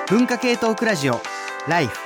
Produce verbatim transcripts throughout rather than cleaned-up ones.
文化系トークラジオライフ。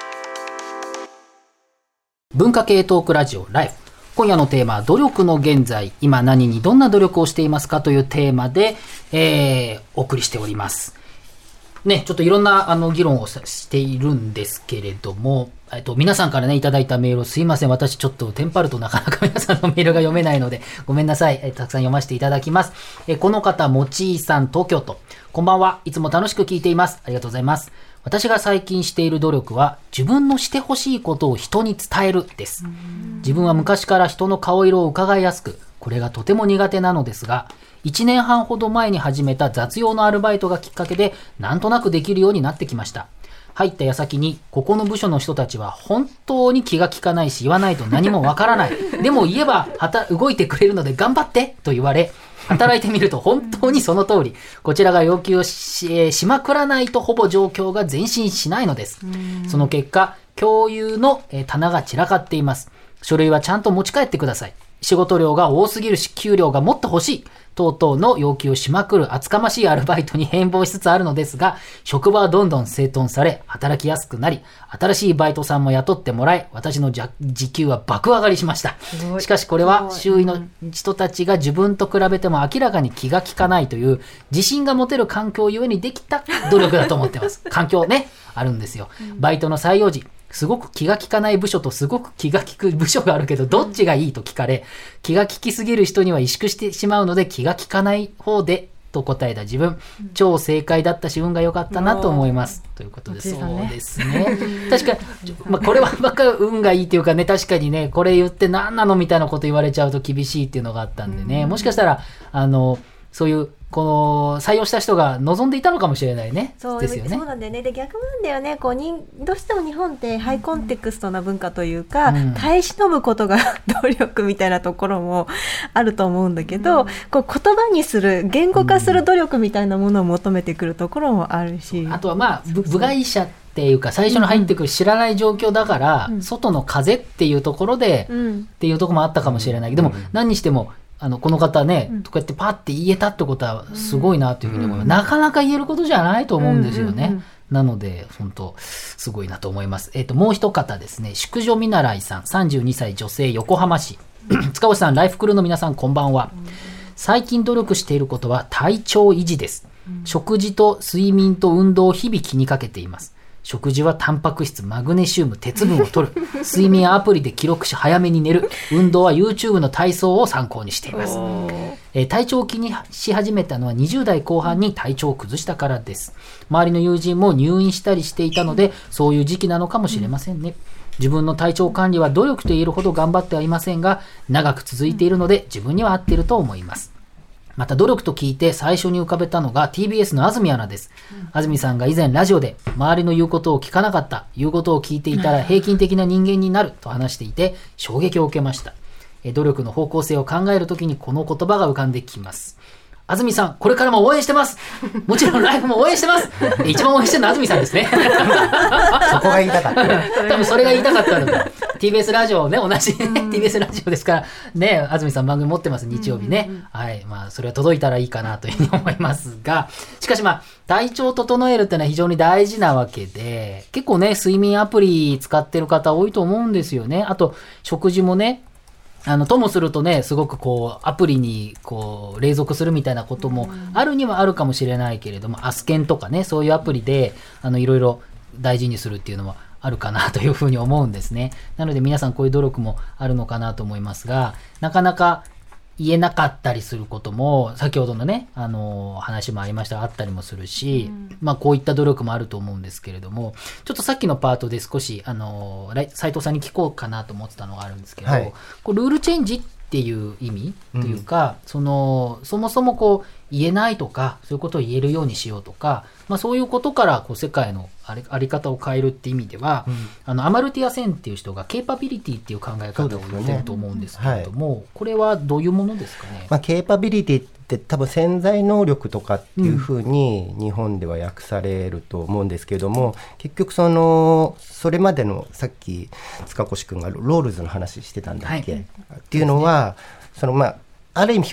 文化系トークラジオライフ。今夜のテーマは努力の現在、今何にどんな努力をしていますかというテーマで、えー、お送りしておりますね。ちょっといろんなあの議論をしているんですけれども、えっと、皆さんからねいただいたメールをすいません、私ちょっとテンパるとなかなか皆さんのメールが読めないのでごめんなさい。えたくさん読ませていただきます。えこの方、もちいさん、東京都。こんばんは。いつも楽しく聞いています。ありがとうございます。私が最近している努力は、自分のしてほしいことを人に伝えるです。自分は昔から人の顔色を伺いやすく、これがとても苦手なのですが、いちねんはんほど前に始めた雑用のアルバイトがきっかけで、なんとなくできるようになってきました。入った矢先に、ここの部署の人たちは本当に気が利かないし、言わないと何もわからない。でも言えばはた動いてくれるので頑張ってと言われ、働いてみると本当にその通り、こちらが要求を し,、えー、しまくらないとほぼ状況が前進しないのです。その結果、共有の、えー、棚が散らかっています。書類はちゃんと持ち帰ってください。仕事量が多すぎるし、給料がもっと欲しい。等々の要求をしまくる厚かましいアルバイトに変貌しつつあるのですが、職場はどんどん整頓され、働きやすくなり、新しいバイトさんも雇ってもらい、私の時給は爆上がりしました。しかしこれは周囲の人たちが自分と比べても明らかに気が利かないという自信が持てる環境ゆえにできた努力だと思ってます。環境ね、あるんですよ。バイトの採用時、すごく気が利かない部署とすごく気が利く部署があるけど、どっちがいいと聞かれ、気が利きすぎる人には萎縮してしまうので気が利かない方でと答えた自分、超正解だったし運が良かったなと思いますということで、そうですね。確か、まあ、これはばっかり運がいいっていうかね、確かにね、これ言って何なのみたいなこと言われちゃうと厳しいっていうのがあったんでね、もしかしたらあのそういうこの採用した人が望んでいたのかもしれないね。 そうですよね。 そうなんだよね。で、逆なんだよね。こうにどうしても日本ってハイコンテクストな文化というか、うん、耐え忍ぶことが努力みたいなところもあると思うんだけど、うん、こう言葉にする言語化する努力みたいなものを求めてくるところもあるし、 うん、あとはまあ部外者っていうか最初の入ってくる知らない状況だから、うん、外の風っていうところで、うん、っていうところもあったかもしれないけど、でも何にしてもあのこの方ね、うん、こうやってパッて言えたってことはすごいなというふうに思います、うん、なかなか言えることじゃないと思うんですよね、うんうんうん、なので本当すごいなと思います。えっともう一方ですね、宿女見習いさん、さんじゅうにさい女性、横浜市塚越さん、ライフクルーの皆さんこんばんは、うん、最近努力していることは体調維持です、うん、食事と睡眠と運動を日々気にかけています。食事はタンパク質、マグネシウム、鉄分を取る。睡眠はアプリで記録し早めに寝る。運動は YouTube の体操を参考にしています。えー、体調を気にし始めたのはにじゅう代後半に体調を崩したからです。周りの友人も入院したりしていたので、そういう時期なのかもしれませんね。自分の体調管理は努力と言えるほど頑張ってはいませんが、長く続いているので自分には合っていると思います。また努力と聞いて最初に浮かべたのが ティービーエス の安住アナです、うん、安住さんが以前ラジオで周りの言うことを聞かなかった、言うことを聞いていたら平均的な人間になると話していて衝撃を受けました。え努力の方向性を考えるときにこの言葉が浮かんできます。安住さん、これからも応援してます。もちろんライフも応援してます。一番応援してるのは安住さんですね。 そこが言いたかった。 多分それが言いたかったので。ティービーエス ラジオね、同じ、ね、ティービーエス ラジオですからね、安住さん番組持ってます、日曜日ね。はい、まあそれは届いたらいいかなというふうに思いますが、しかしまあ体調を整えるっていうのは非常に大事なわけで、結構ね睡眠アプリ使ってる方多いと思うんですよね。あと食事もね。あのともするとね、すごくこうアプリにこう隷属するみたいなこともあるにはあるかもしれないけれども、アスケンとかね、そういうアプリであのいろいろ大事にするっていうのはあるかなというふうに思うんですね。なので皆さんこういう努力もあるのかなと思いますが、なかなか言えなかったりすることも先ほどのね、あの話もありましたがあったりもするし、うん、まあこういった努力もあると思うんですけれども、ちょっとさっきのパートで少しあの斉藤さんに聞こうかなと思ってたのがあるんですけど、はい、こうルールチェンジっていう意味というか、うん、そのそもそもこう言えないとかそういうことを言えるようにしようとか、まあ、そういうことからこう世界のあり、あり方を変えるっていう意味では、うん、あのアマルティア・センっていう人がケーパビリティっていう考え方を言ってると思うんですけれども、ね、はい、これはどういうものですかね。 まあ、ケーパビリティって多分潜在能力とかっていうふうに日本では訳されると思うんですけれども、うん、結局そのそれまでのさっき塚越くんがロールズの話してたんだっけ、はい、っていうのはそのまあある意味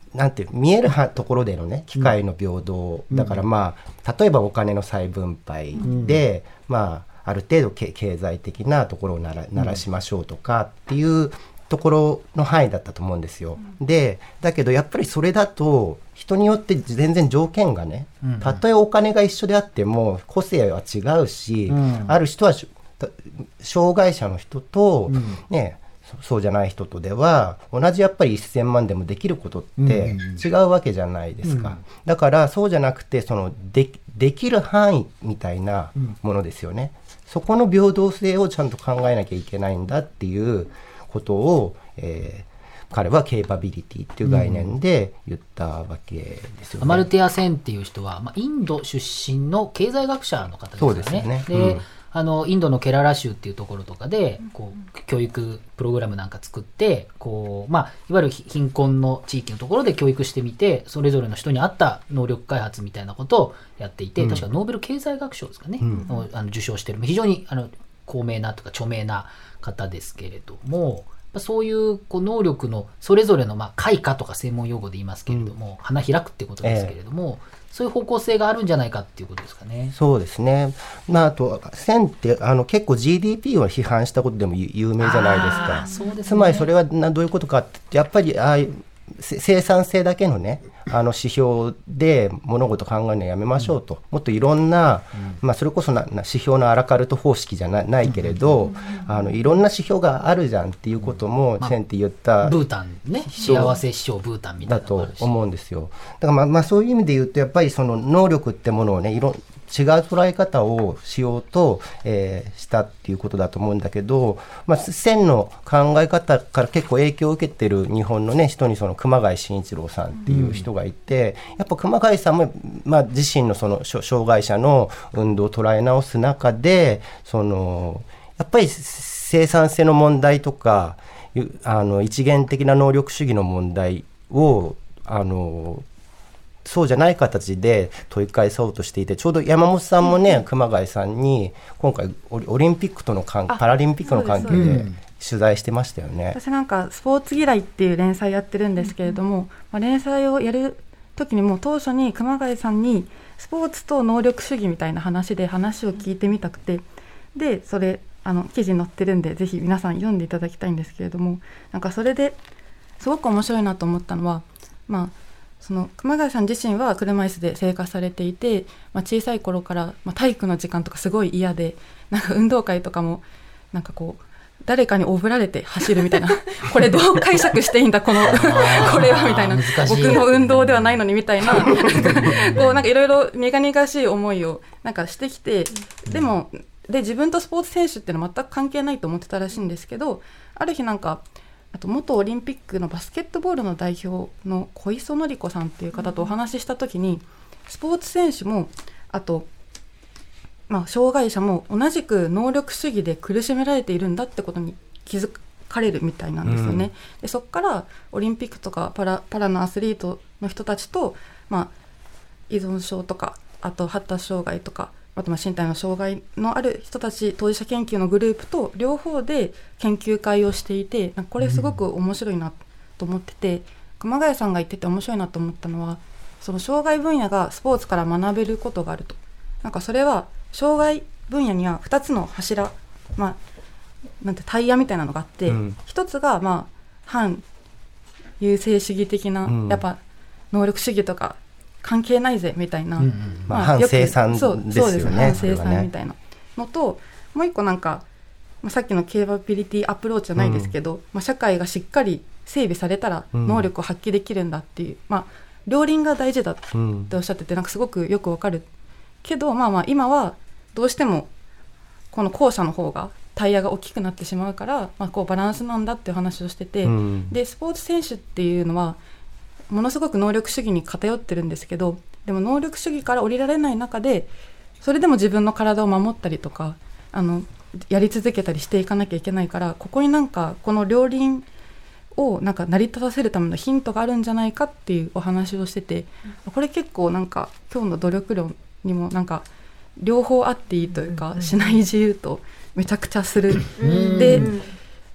なんていう見えるところでのね機会の平等、うん、だからまあ例えばお金の再分配で、うん、まあある程度経済的なところをなら、ならしましょうとかっていうところの範囲だったと思うんですよ。でだけどやっぱりそれだと人によって全然条件がね、たとえお金が一緒であっても個性は違うし、うん、ある人は障害者の人と、うんね、そうじゃない人とでは同じやっぱりせんまんでもできることって違うわけじゃないですか、うん、だからそうじゃなくてその で, できる範囲みたいなものですよね、うん、そこの平等性をちゃんと考えなきゃいけないんだっていうことを、えー、彼はケーパビリティっていう概念で言ったわけですよね、 アマルティア・センっていう人は、まあ、インド出身の経済学者の方ですよね。そうですよね、で、うんあのインドのケララ州っていうところとかでこう教育プログラムなんか作ってこう、まあ、いわゆる貧困の地域のところで教育してみてそれぞれの人に合った能力開発みたいなことをやっていて、うん、確かノーベル経済学賞ですかね、うん、あの受賞している非常にあの高名なとか著名な方ですけれども、そういう、こう能力のそれぞれの、まあ、開花とか専門用語で言いますけれども、うん、花開くってことですけれども、えー、そういう方向性があるんじゃないかっていうことですかね。 そうですね、まあ、あとセンってあの結構 ジーディーピー を批判したことでも有名じゃないですか。 そうですね、 つまりそれはなどういうことかってやっぱりああいう生産性だけのねあの指標で物事考えるのやめましょうと、うん、もっといろんな、うんまあ、それこそなな指標のアラカルト方式じゃ な, ないけれど、うん、あのいろんな指標があるじゃんっていうことも、うん、センって言った、 まあ、ブータンね幸せ指標ブータンみたいなのがあるしだと思うんですよ。だから、まあまあ、そういう意味で言うとやっぱりその能力ってものをねいろ違う捉え方をしようと、えー、したっていうことだと思うんだけど、まあ、線の考え方から結構影響を受けてる日本の、ね、人にその熊谷慎一郎さんっていう人がいて、うん、やっぱ熊谷さんも、まあ、自身のその障害者の運動を捉え直す中でそのやっぱり生産性の問題とかあの一元的な能力主義の問題をあのそうじゃない形で問い返そうとしていて、ちょうど山本さんもね、うん、熊谷さんに今回オリンピックとの関パラリンピックの関係で取材してましたよね。 私なんかスポーツ嫌いっていう連載やってるんですけれども、うんまあ、連載をやる時にも当初に熊谷さんにスポーツと能力主義みたいな話で話を聞いてみたくて、でそれあの記事に載ってるんでぜひ皆さん読んでいただきたいんですけれども、なんかそれですごく面白いなと思ったのは、まあその熊谷さん自身は車椅子で生活されていて、まあ、小さい頃から、まあ、体育の時間とかすごい嫌で、なんか運動会とかもなんかこう誰かにおぶられて走るみたいなこれどう解釈していいんだこのこれはみたいな、僕の運動ではないのにみたいなこうなんかいろいろ苦々しい思いをなんかしてきて、でもで自分とスポーツ選手っていうのは全く関係ないと思ってたらしいんですけど、ある日なんかあと元オリンピックのバスケットボールの代表の小磯典子さんっていう方とお話しした時に、スポーツ選手もあと、まあ、障害者も同じく能力主義で苦しめられているんだってことに気づかれるみたいなんですよね、うん、でそこからオリンピックとかパラ、パラのアスリートの人たちと、まあ、依存症とかあと発達障害とかあとまあ身体の障害のある人たち当事者研究のグループと両方で研究会をしていて、なんかこれすごく面白いなと思ってて、うん、熊谷さんが言ってて面白いなと思ったのは、その障害分野がスポーツから学べることがあると。なんかそれは障害分野にはふたつの柱、まあ、なんてタイヤみたいなのがあって、うん、ひとつがまあ反優生主義的な、うん、やっぱ能力主義とか関係ないぜみたいな、うんうんまあ、反生産ですよね。 そうです反生産みたいなのと、もう一個なんか、まあ、さっきのケーパビリティアプローチじゃないですけど、うんまあ、社会がしっかり整備されたら能力を発揮できるんだっていう、うんまあ、両輪が大事だっておっしゃってて、なんかすごくよくわかるけど、まあまあ今はどうしてもこの後者の方がタイヤが大きくなってしまうから、まあ、こうバランスなんだっていう話をしてて、うん、でスポーツ選手っていうのはものすごく能力主義に偏ってるんですけど、でも能力主義から降りられない中でそれでも自分の体を守ったりとかあのやり続けたりしていかなきゃいけないから、ここになんかこの両輪をなんか成り立たせるためのヒントがあるんじゃないかっていうお話をしてて、これ結構なんか今日の努力論にもなんか両方あっていいというか、しない自由とめちゃくちゃするで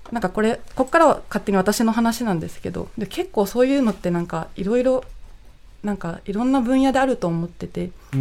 なんかこれこっからは勝手に私の話なんですけど、で結構そういうのってなんかいろいろなんかいろんな分野であると思ってて、うん、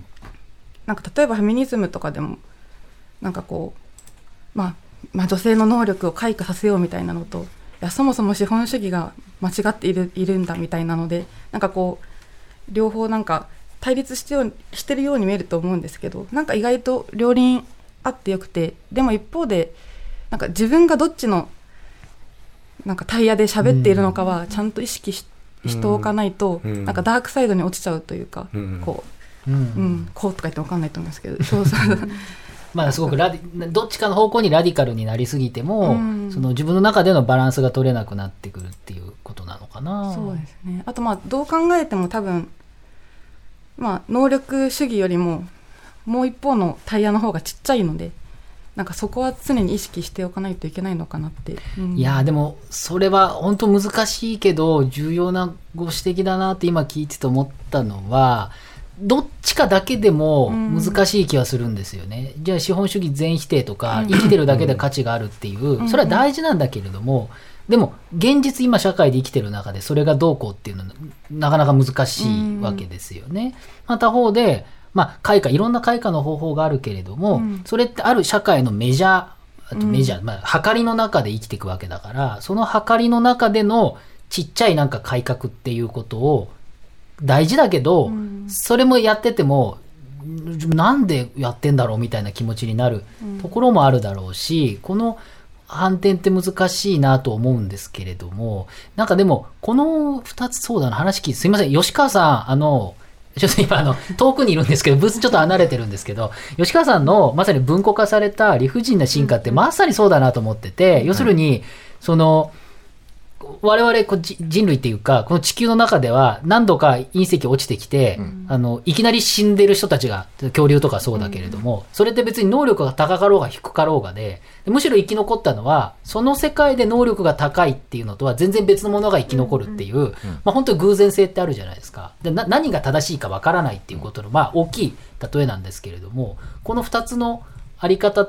なんか例えばフェミニズムとかでもなんかこう、まあ、まあ女性の能力を開花させようみたいなのと、いやそもそも資本主義が間違っている、いるんだみたいなので、なんかこう両方なんか対立してよしてるように見えると思うんですけど、なんか意外と両輪あってよくて、でも一方でなんか自分がどっちのなんかタイヤで喋っているのかはちゃんと意識 し,、うん、しておかないと、うん、なんかダークサイドに落ちちゃうというか、うん、こう、うんうん、こうとか言って分かんないと思いますけど、そうそうまあすごくラディどっちかの方向にラディカルになりすぎても、うん、その自分の中でのバランスが取れなくなってくるっていうことなのかな。 そうですね。あとまあどう考えても多分、まあ、能力主義よりももう一方のタイヤの方がちっちゃいので、なんかそこは常に意識しておかないといけないのかなって、うん、 いやでもそれは本当難しいけど重要なご指摘だなって今聞いてて思ったのは、どっちかだけでも難しい気はするんですよね、うん、じゃあ資本主義全否定とか、うん、生きてるだけで価値があるっていう、うん、それは大事なんだけれども、でも現実今社会で生きてる中でそれがどうこうっていうのはなかなか難しいわけですよね、うん、まあ、他方でまあ、開花いろんな開花の方法があるけれども、うん、それってある社会のメジャーあとメジャー、うん、まあ、計りの中で生きていくわけだから、その計りの中でのちっちゃいなんか改革っていうことを大事だけど、うん、それもやっててもなんでやってんだろうみたいな気持ちになるところもあるだろうし、この反転って難しいなと思うんですけれども、なんかでもこのふたつ、そうだな、話聞いてすいません、吉川さん、あのちょっと今あの遠くにいるんですけど、ブースちょっと離れてるんですけど、吉川さんのまさに文庫化された理不尽な進化ってまさにそうだなと思ってて、うん、要するにその我々こう人類っていうかこの地球の中では何度か隕石落ちてきて、うん、あのいきなり死んでる人たちが、恐竜とかそうだけれども、うん、それって別に能力が高かろうが低かろうがで、むしろ生き残ったのはその世界で能力が高いっていうのとは全然別のものが生き残るっていう、うんうん、まあ、本当に偶然性ってあるじゃないですか。でな何が正しいかわからないっていうことの、まあ、大きい例えなんですけれども、このふたつのあり方って、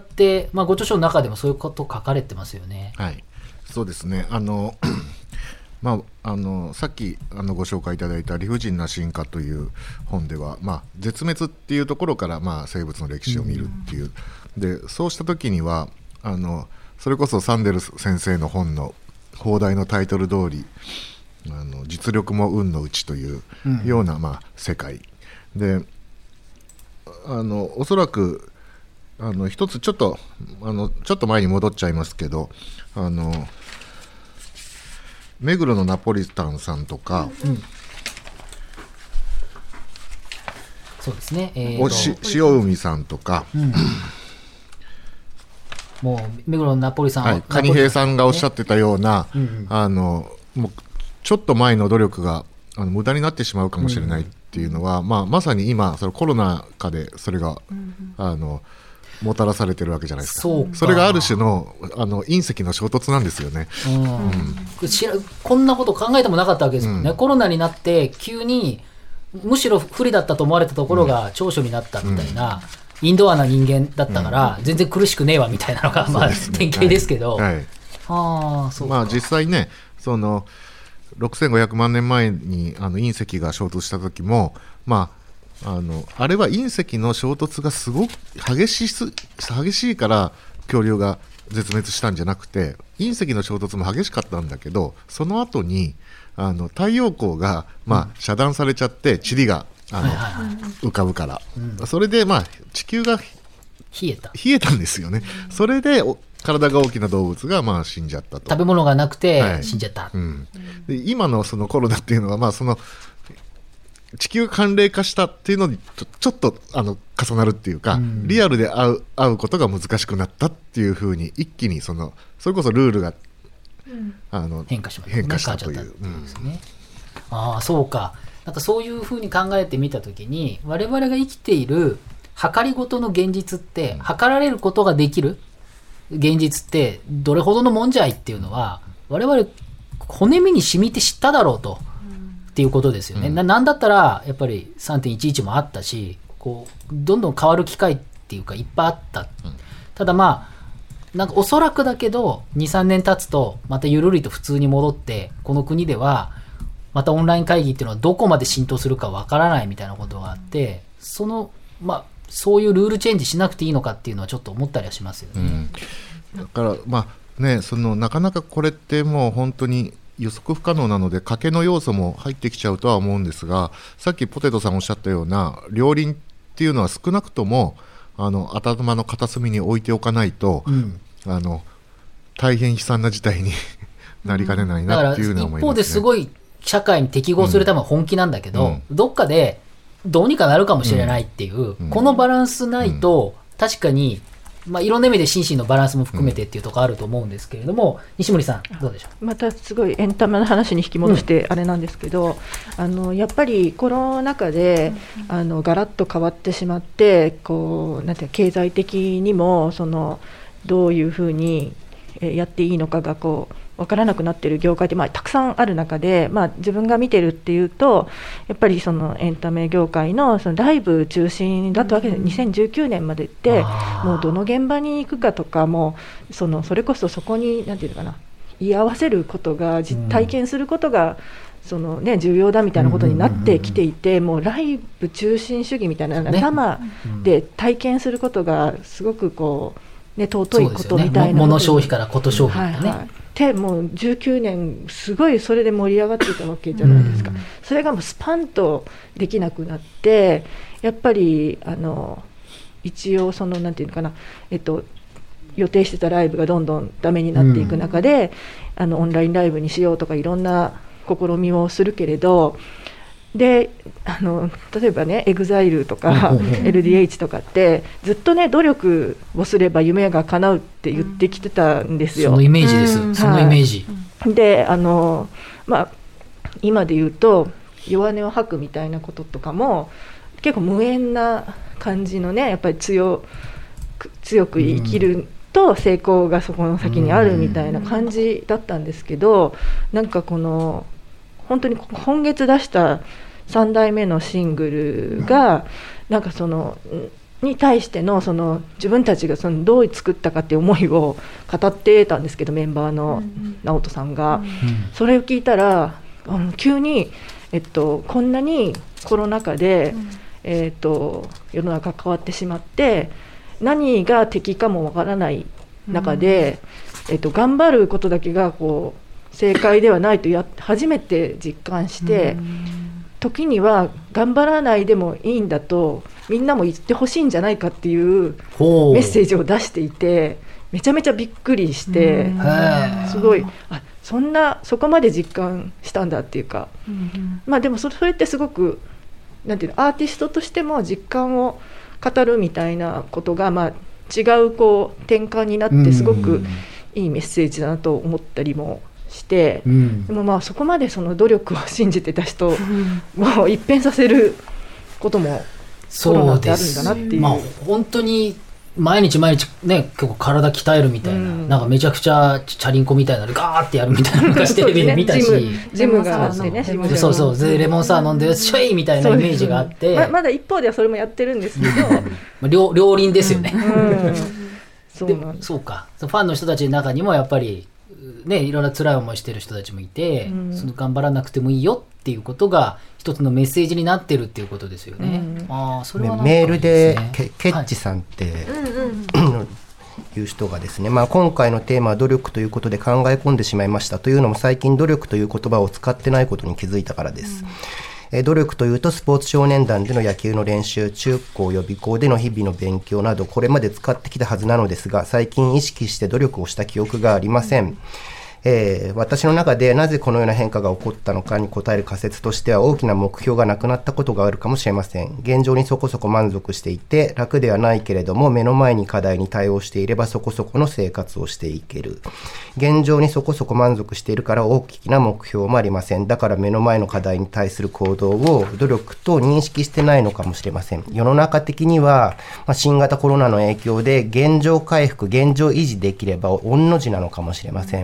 まあ、ご著書の中でもそういうこと書かれてますよね。 はい、そうですね。あのまあ、あのさっきあのご紹介いただいた理不尽な進化という本では、まあ、絶滅っていうところから、まあ、生物の歴史を見るっていう、うん、でそうした時にはあのそれこそサンデルス先生の本の放題のタイトル通り、あの実力も運のうちというような、うん、まあ、世界で、あのおそらくあの一つちょっとあのちょっと前に戻っちゃいますけど、あの目黒のナポリタンさんとか、うん、 そうですね、えー、 おし塩海さんとか、うん、 もう目黒のナポリさん、はい、 蟹平さんがおっしゃってたような、うんうん、あのもうちょっと前の努力があの無駄になってしまうかもしれないっていうのは、うん、まあ、まさに今そのコロナ禍でそれが、うん、あのもたらされてるわけじゃないですか。 そ, それがある種 の, あの隕石の衝突なんですよね、うんうん、知らこんなこと考えてもなかったわけですよね、うん、コロナになって急にむしろ不利だったと思われたところが長所になったみたいな、うん、インドアな人間だったから、うん、全然苦しくねえわみたいなのが、まあ、典型ですけど、はいはい、あそうか、 まあ、実際ねそのろくせんごひゃくまんねんまえにあの隕石が衝突した時も、まああのあれは隕石の衝突がすごく激しす激しいから恐竜が絶滅したんじゃなくて、隕石の衝突も激しかったんだけど、その後にあの太陽光が、まあ、遮断されちゃって塵があの、はいはいはい、浮かぶから、うん、それで、まあ、地球が冷えた冷えたんですよね、うん、それで体が大きな動物が、まあ、死んじゃったと。 食べ物がなくて死んじゃった、はい、 うん、で今のそのコロナっていうのは、まあ、その地球が寒冷化したっていうのにちょ、ちょっとあの重なるっていうか、うん、リアルで会う、会うことが難しくなったっていうふうに一気にそのそれこそルールが、うん、あの変化しました、 変化したという、 うん、ですね。ああそうか。なんかそういうふうに考えてみたときに、我々が生きている計りごとの現実って、うん、測られることができる現実ってどれほどのもんじゃいっていうのは我々骨身に染みて知っただろうと。っていうことですよね、うん、な, なんだったらやっぱり さんてんいちいち もあったし、こうどんどん変わる機会っていうかいっぱいあった、うん、ただまあなんかおそらくだけど にさんねん経つとまたゆるりと普通に戻って、この国ではまたオンライン会議っていうのはどこまで浸透するかわからないみたいなことがあって、そのまあそういうルールチェンジしなくていいのかっていうのはちょっと思ったりはしますよね。 うん、だからまあね、そのなかなかこれってもう本当に予測不可能なので賭けの要素も入ってきちゃうとは思うんですが、さっきポテトさんおっしゃったような両輪っていうのは少なくともあの頭の片隅に置いておかないと、うん、あの大変悲惨な事態になりかねないなっていうのは思いますね。 一方ですごい社会に適合するためは本気なんだけど、うん、どっかでどうにかなるかもしれないっていう、うん、このバランスないと、うん、確かに、まあ、いろんな意味で心身のバランスも含めてっていうところあると思うんですけれども、うん、西森さんどうでしょう。 またすごいエンタメの話に引き戻してあれなんですけど、うん、あのやっぱりコロナ禍で、うん、あのガラッと変わってしまって、こうなんていう経済的にもそのどういうふうにやっていいのかがこう分からなくなっている業界って、まあ、たくさんある中で、まあ、自分が見てるっていうとやっぱりそのエンタメ業界 の, そのライブ中心だったわけで、うん、にせんじゅうきゅうねんまでってもうどの現場に行くかとかもそのそれこそそこになんていうのかな居合わせることが、うん、体験することがその、ね、重要だみたいなことになってきていて、もうライブ中心主義みたいな、ね、生で体験することがすごくこう、ね、尊いことみたいな、ね、 物消費からこと消費とかね、はいはいでもうじゅうきゅうねんすごいそれで盛り上がっていたわけじゃないですか、うん、それがもうスパンとできなくなって、やっぱりあの一応そのなんていうのかな、えっと予定してたライブがどんどんダメになっていく中で、うん、あのオンラインライブにしようとかいろんな試みをするけれど、であの例えばね エグザイル とか エルディーエイチ とかってずっとね努力をすれば夢が叶うって言ってきてたんですよ。 そのイメージです、うん、そのイメージ、 はい、であの、まあ、今で言うと弱音を吐くみたいなこととかも結構無縁な感じのね、やっぱり 強, 強く生きると成功がそこの先にあるみたいな感じだったんですけど、なんかこの本当に今月出したさんだいめのシングルがなんかそのに対してのその自分たちがそのどう作ったかっていう思いを語ってたんですけど、メンバーの直人さんが、うん、それを聞いたらあの急に、えっと、こんなにコロナ禍で、うんえっと、世の中変わってしまって何が敵かもわからない中で、うんえっと、頑張ることだけがこう正解ではないとや初めて実感して、うん時には頑張らないでもいいんだとみんなも言ってほしいんじゃないかっていうメッセージを出していて、めちゃめちゃびっくりして、すごいあそんなそこまで実感したんだっていうか、うんまあ、でもそれ、それってすごくなんていうのアーティストとしても実感を語るみたいなことが、まあ、違うこう転換になってすごくいいメッセージだなと思ったりもして、うん、でもまあそこまでその努力を信じてた人を一変させることもコロナってあるんだなっていう、 まあ、本当に毎日毎日ね結構体鍛えるみたいな、うん、なんかめちゃくちゃチャリンコみたいなのガーってやるみたいな昔テレビで見たし、ね、 ジムがあってねそうそうでレモンサワー飲んでよっしょいみたいなイメージがあって、 ま, まだ一方ではそれもやってるんですけど両, 両輪ですよね、 うんうん、そうなんでそうかファンの人たちの中にもやっぱりね、いろんな辛い思いしてる人たちもいて、うん、その頑張らなくてもいいよっていうことが一つのメッセージになってるっていうことですよね、うん、あそれはなんかいいですね。 メールでケッチさんって、はい、いう人がですね、まあ、今回のテーマは努力ということで考え込んでしまいました。というのも最近努力という言葉を使ってないことに気づいたからです、うんえ努力というとスポーツ少年団での野球の練習、中高予備校での日々の勉強などこれまで使ってきたはずなのですが、最近意識して努力をした記憶がありません、うんえー、私の中でなぜこのような変化が起こったのかに答える仮説としては、大きな目標がなくなったことがあるかもしれません。現状にそこそこ満足していて楽ではないけれども、目の前に課題に対応していればそこそこの生活をしていける。現状にそこそこ満足しているから大きな目標もありません。だから目の前の課題に対する行動を努力と認識してないのかもしれません。世の中的には、まあ、新型コロナの影響で現状回復、現状維持できれば御の字なのかもしれません。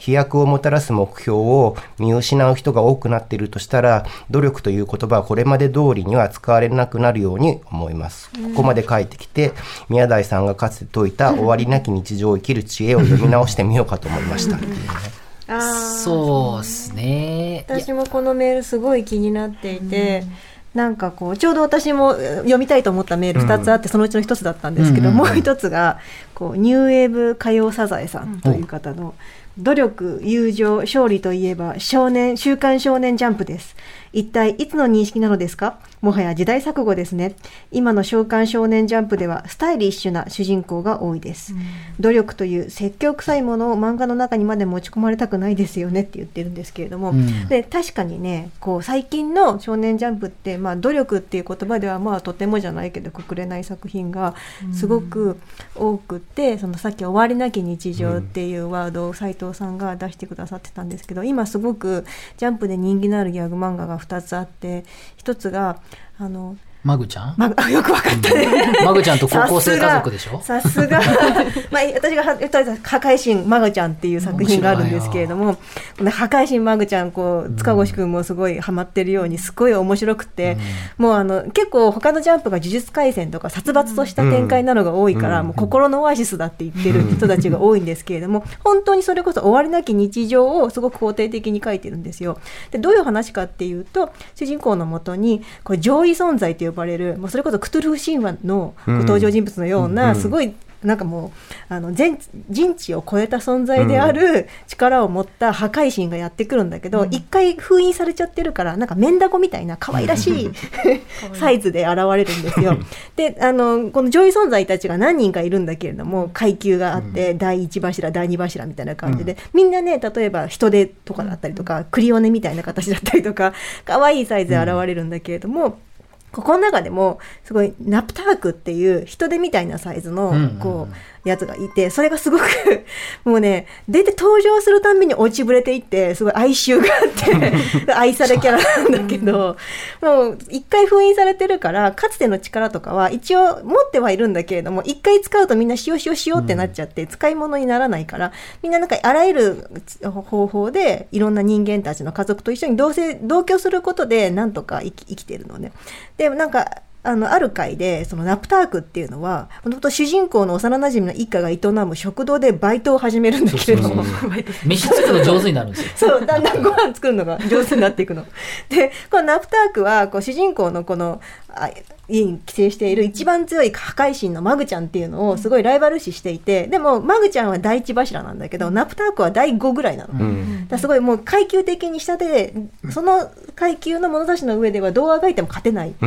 飛躍をもたらす目標を見失う人が多くなっているとしたら、努力という言葉はこれまで通りには使われなくなるように思います。ここまで書いてきて、宮台さんがかつて説いた終わりなき日常を生きる知恵を読み直してみようかと思いました。 あそうですね。 私もこのメールすごい気になっていて、なんかこうちょうど私も読みたいと思ったメールふたつあって、うん、そのうちのひとつだったんですけど、うん、もうひとつがこうニューウェーブ歌謡サザエさんという方の、うん、努力、友情、勝利といえば少年、週刊少年ジャンプです。一体いつの認識なのですか？もはや時代錯誤ですね。今の週刊少年ジャンプではスタイリッシュな主人公が多いです、うん、努力という説教臭いものを漫画の中にまで持ち込まれたくないですよねって言ってるんですけれども、うん、で確かにね、こう最近の少年ジャンプって、まあ、努力っていう言葉ではまあとてもじゃないけどくくれない作品がすごく多くて、うん、そのさっき終わりなき日常っていうワードを斉藤さんが出してくださってたんですけど、今すごくジャンプで人気のあるギャグ漫画がふたつあって、ひとつがあのマグちゃん、 ま、あよくわかったね、 うん、マグちゃんと高校生家族でしょ。さすがまあ、私が言った破壊神マグちゃんっていう作品があるんですけれども、この破壊神マグちゃん、こう塚越くんもすごいハマってるようにすごい面白くて、うん、もうあの結構他のジャンプが呪術廻戦とか殺伐とした展開なのが多いから、うん、もう心のオアシスだって言ってる人たちが多いんですけれども、本当にそれこそ終わりなき日常をすごく肯定的に書いてるんですよ。でどういう話かっていうと、主人公のもとにこれ上位存在と呼ばれる、もうそれこそクトゥルフ神話の登場人物のような、すごいなんかもうあの全人知を超えた存在である力を持った破壊神がやってくるんだけど、うん、一回封印されちゃってるから、なんかメンダコみたいな可愛らしいサイズで現れるんですよ。であのこの上位存在たちが何人かいるんだけれども、階級があって、うん、第一柱第二柱みたいな感じで、うん、みんなね、例えば人手とかだったりとか、クリオネみたいな形だったりとか、可愛いサイズで現れるんだけれども、うん、ここの中でもすごいナプタークっていう人手みたいなサイズのこうやつがいて、それがすごくもうね、出て登場するたんびに落ちぶれていって、すごい哀愁があって愛されキャラなんだけど、もう一回封印されてるから、かつての力とかは一応持ってはいるんだけれども、一回使うとみんなしようしようしようってなっちゃって使い物にならないから、みんななんかあらゆる方法でいろんな人間たちの家族と一緒に同棲同居することでなんとか生き、生きてるのね。でなんかあのある回で、そのナプタークっていうのはもともと主人公の幼馴染の一家が営む食堂でバイトを始めるんだけれども、 飯作るの上手になるんですよ。 そう、だんだんご飯作るのが上手になっていくので、このナプタークはこう主人公のこのあ家に寄生している一番強い破壊神のマグちゃんっていうのをすごいライバル視していて、でもマグちゃんは第一柱なんだけど、ナプタークはだいごぐらいなの、うん、だすごいもう階級的に下で、その階級の物差しの上ではどうあがいても勝てない、うん、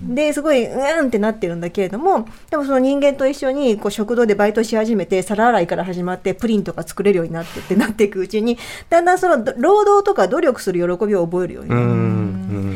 ですごいうんってなってるんだけれども、でもその人間と一緒にこう食堂でバイトし始めて、皿洗いから始まってプリンとか作れるようになってってなっていくうちに、だんだんその労働とか努力する喜びを覚えるようになる、うん、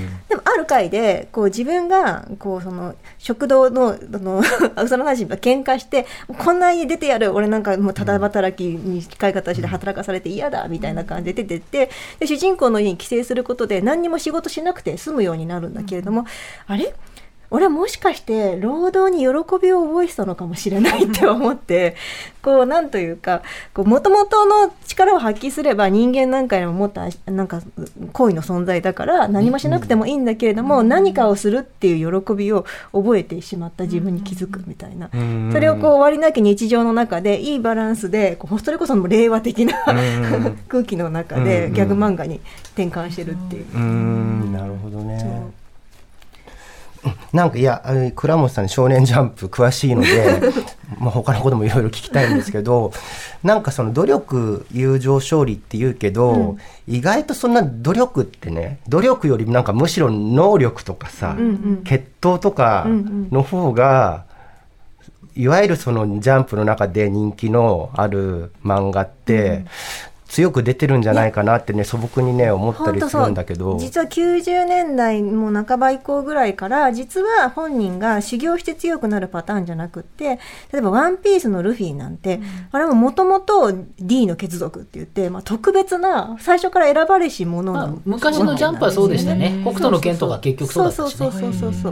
でもある回でこう自分がこうその食堂のあの幼馴染が喧嘩して、こんな家出てやる、俺なんかもうただ働きに近い形で働かされて嫌だみたいな感じで出てって、で主人公の家に帰省することで何にも仕事しなくて済むようになるんだけれども、あれ俺はもしかして労働に喜びを覚えてたのかもしれないって思ってこうなんというか、もともとの力を発揮すれば人間なんかよりももっとなんか行為の存在だから何もしなくてもいいんだけれども、うん、何かをするっていう喜びを覚えてしまった自分に気づくみたいな、うん、それをこう終わりなき日常の中でいいバランスでこうそれこそ令和的な、うん、空気の中でギャグ漫画に転換してるっていう、 うんうん、なるほどね。なんかいや倉本さん少年ジャンプ詳しいのでまあ他のこともいろいろ聞きたいんですけど、なんかその努力友情勝利って言うけど、うん、意外とそんな努力ってね、努力よりもなんかむしろ能力とかさ、うんうん、血統とかの方が、うんうん、いわゆるそのジャンプの中で人気のある漫画って、うん、強く出てるんじゃないかなってね、素朴にね思ったりするんだけど、 実はきゅうじゅうねんだいも半ば以降ぐらいから実は本人が修行して強くなるパターンじゃなくって、例えばワンピースのルフィなんて、うん、あれももともと D の血族って言って、まあ、特別な最初から選ばれし者の、 まあ、昔のジャンプはそうでしたね。北斗の拳とか結局そうだったしね。 そうそうそうそうそう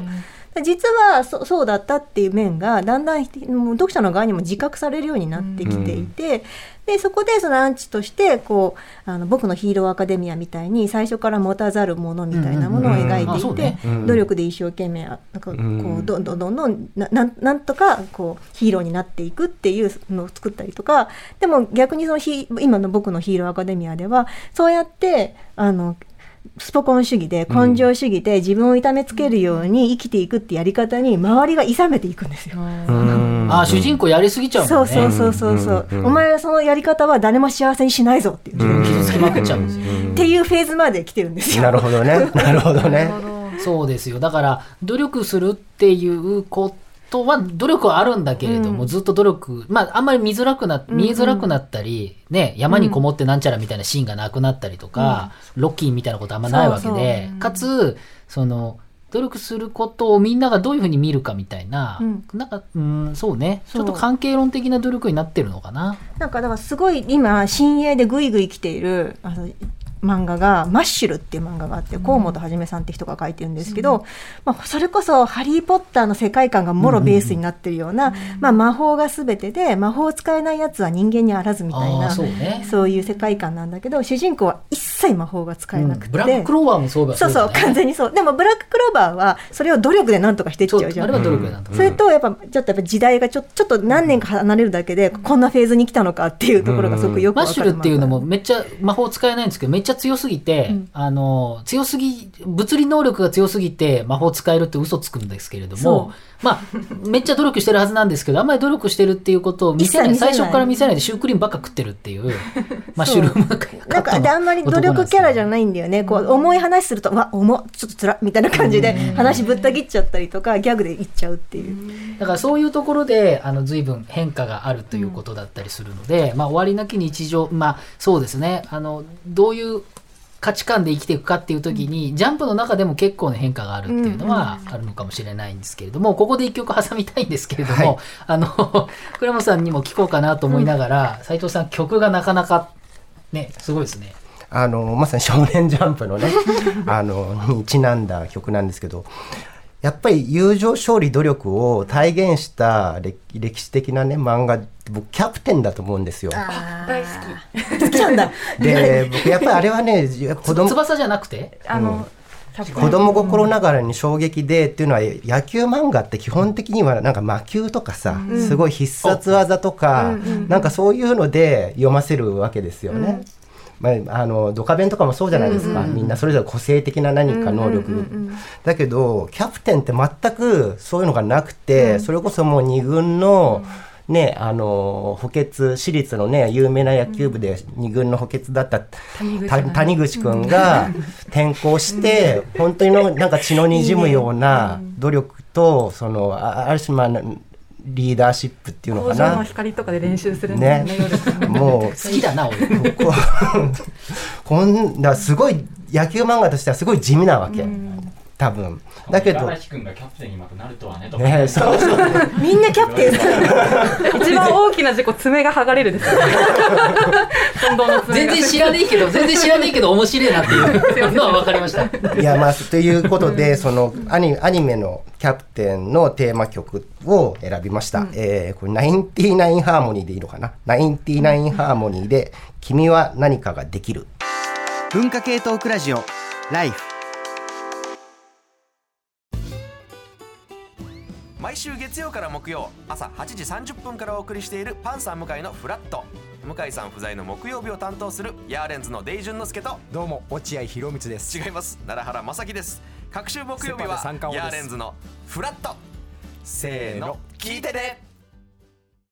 実は そ, そうだったっていう面がだんだんもう読者の側にも自覚されるようになってきていて、うんでそこでそのアンチとしてこうあの僕のヒーローアカデミアみたいに最初から持たざるものみたいなものを描いていて、努力で一生懸命なんかこうどんどんどんどん な, な, なんとかこうヒーローになっていくっていうのを作ったりとか、でも逆にそのヒ今の僕のヒーローアカデミアではそうやってあのスポコン主義で根性主義で自分を痛めつけるように生きていくってやり方に周りが諌めていくんですよ。 あ、主人公やりすぎちゃうもんね。 そうそうそうそう、うんうん、お前はそのやり方は誰も幸せにしないぞっていう、 自分傷つきまくっちゃうんですよっていうフェーズまで来てるんですよ。 なるほどねなるほどねそうですよ。だから努力するっていうことは努力はあるんだけれども、うん、ずっと努力、まああんまり見づらくな見えづらくなったり、うんうん、ね、山にこもってなんちゃらみたいなシーンがなくなったりとか、うん、ロッキーみたいなことあんまないわけで、そうそう、かつその努力することをみんながどういうふうに見るかみたいな、うん、なんか、うん、そうね、ちょっと関係論的な努力になってるのかな。 なんかだからすごい今新鋭でグイグイ来ているあの漫画がマッシュルっていう漫画があって、河本はじめさんって人が書いてるんですけど、うん、まあ、それこそハリーポッターの世界観がもろベースになってるような、うんうんうん、まあ、魔法が全てで魔法を使えないやつは人間にあらずみたいな、そうね、そういう世界観なんだけど、主人公は一切魔法が使えなくて、うん、 ブラッククローバーもそうだ、 そうそう、完全にそう。でもブラッククローバーはそれを努力でなんとかしていっちゃうじゃん。 そ, あれは努力でなんとか、 それとやっぱちょっとやっぱ時代がちょ, ちょっと何年か離れるだけでこんなフェーズに来たのかっていうところがすごくよくわかる。 マッシュルっていうのもめっちゃ魔法使えないんですけど、めっちゃ強すぎて、うん、あの強すぎ物理能力が強すぎて魔法使えるって嘘つくんですけれども、まあめっちゃ努力してるはずなんですけど、あんまり努力してるっていうことを見せない、最初から見せないでシュークリームばっか食ってるっていうマッシュルームなんかであんまり努力キャラじゃないんだよね。こう重い話すると、わ重っちょっとつらみたいな感じで話ぶった切っちゃったりとか、ギャグで言っちゃうっていう。 だからそういうところであの随分変化があるということだったりするので、うん、まあ終わりなき日常、まあそうですね、あのどういう価値観で生きていくかっていう時に、うん、ジャンプの中でも結構な変化があるっていうのはあるのかもしれないんですけれども、ここで一曲挟みたいんですけれども、はい、あの倉本さんにも聞こうかなと思いながら、斉、うん、藤さん曲がなかなかねすごいですね。 あのまさに少年ジャンプのねあのにちなんだ曲なんですけど、やっぱり友情勝利努力を体現した歴史的なね漫画、僕キャプテンだと思うんですよ。 大好き好きなんだで僕やっぱりあれはね子供翼じゃなくてあの、 うん、子供心ながらに衝撃でっていうのは、野球漫画って基本的にはなんか魔球とかさ、うん、すごい必殺技とか、うん、なんかそういうので読ませるわけですよね、うん、まあ、あのドカベンとかもそうじゃないですか、うんうんうん、みんなそれぞれ個性的な何か能力、うんうんうんうん、だけどキャプテンって全くそういうのがなくて、うん、それこそもうに軍の、うんね、あの補欠私立の、ね、有名な野球部でに軍の補欠だった、うん、谷口くんが転校して、うん、本当にのなんか血のにじむような努力と、そのある種、まあリーダーシップっていうのかな、 工場の光とかで練習するんですね。 もう好きだな俺ここんだすごい野球漫画としてはすごい地味なわけ、うん、多分だけど荒木君がキャプテンにまたなるとはねとか、 ね、そうそうみんなキャプテン一番大きな事故、爪が剥がれるですよ全然知らねえけど全然知らねえけど面白いなっていうのは分かりましたいや、まあということでそのアニ、アニメのキャプテンのテーマ曲を選びました、うん、えー、これナインティナインハーモニーでいいのかな、ナインティナインハーモニーで君は何かができる。 文化系トークラジオライフ、 毎週月曜から木曜朝はちじさんじゅっぷんからお送りしているパンサー向井のフラット。向井さん不在の木曜日を担当するヤーレンズのデイジュンの之介と、 どうも落合博満です。 違います、奈良原正樹です。各週木曜日はヤーレンズのフラット。せーの聞いてね。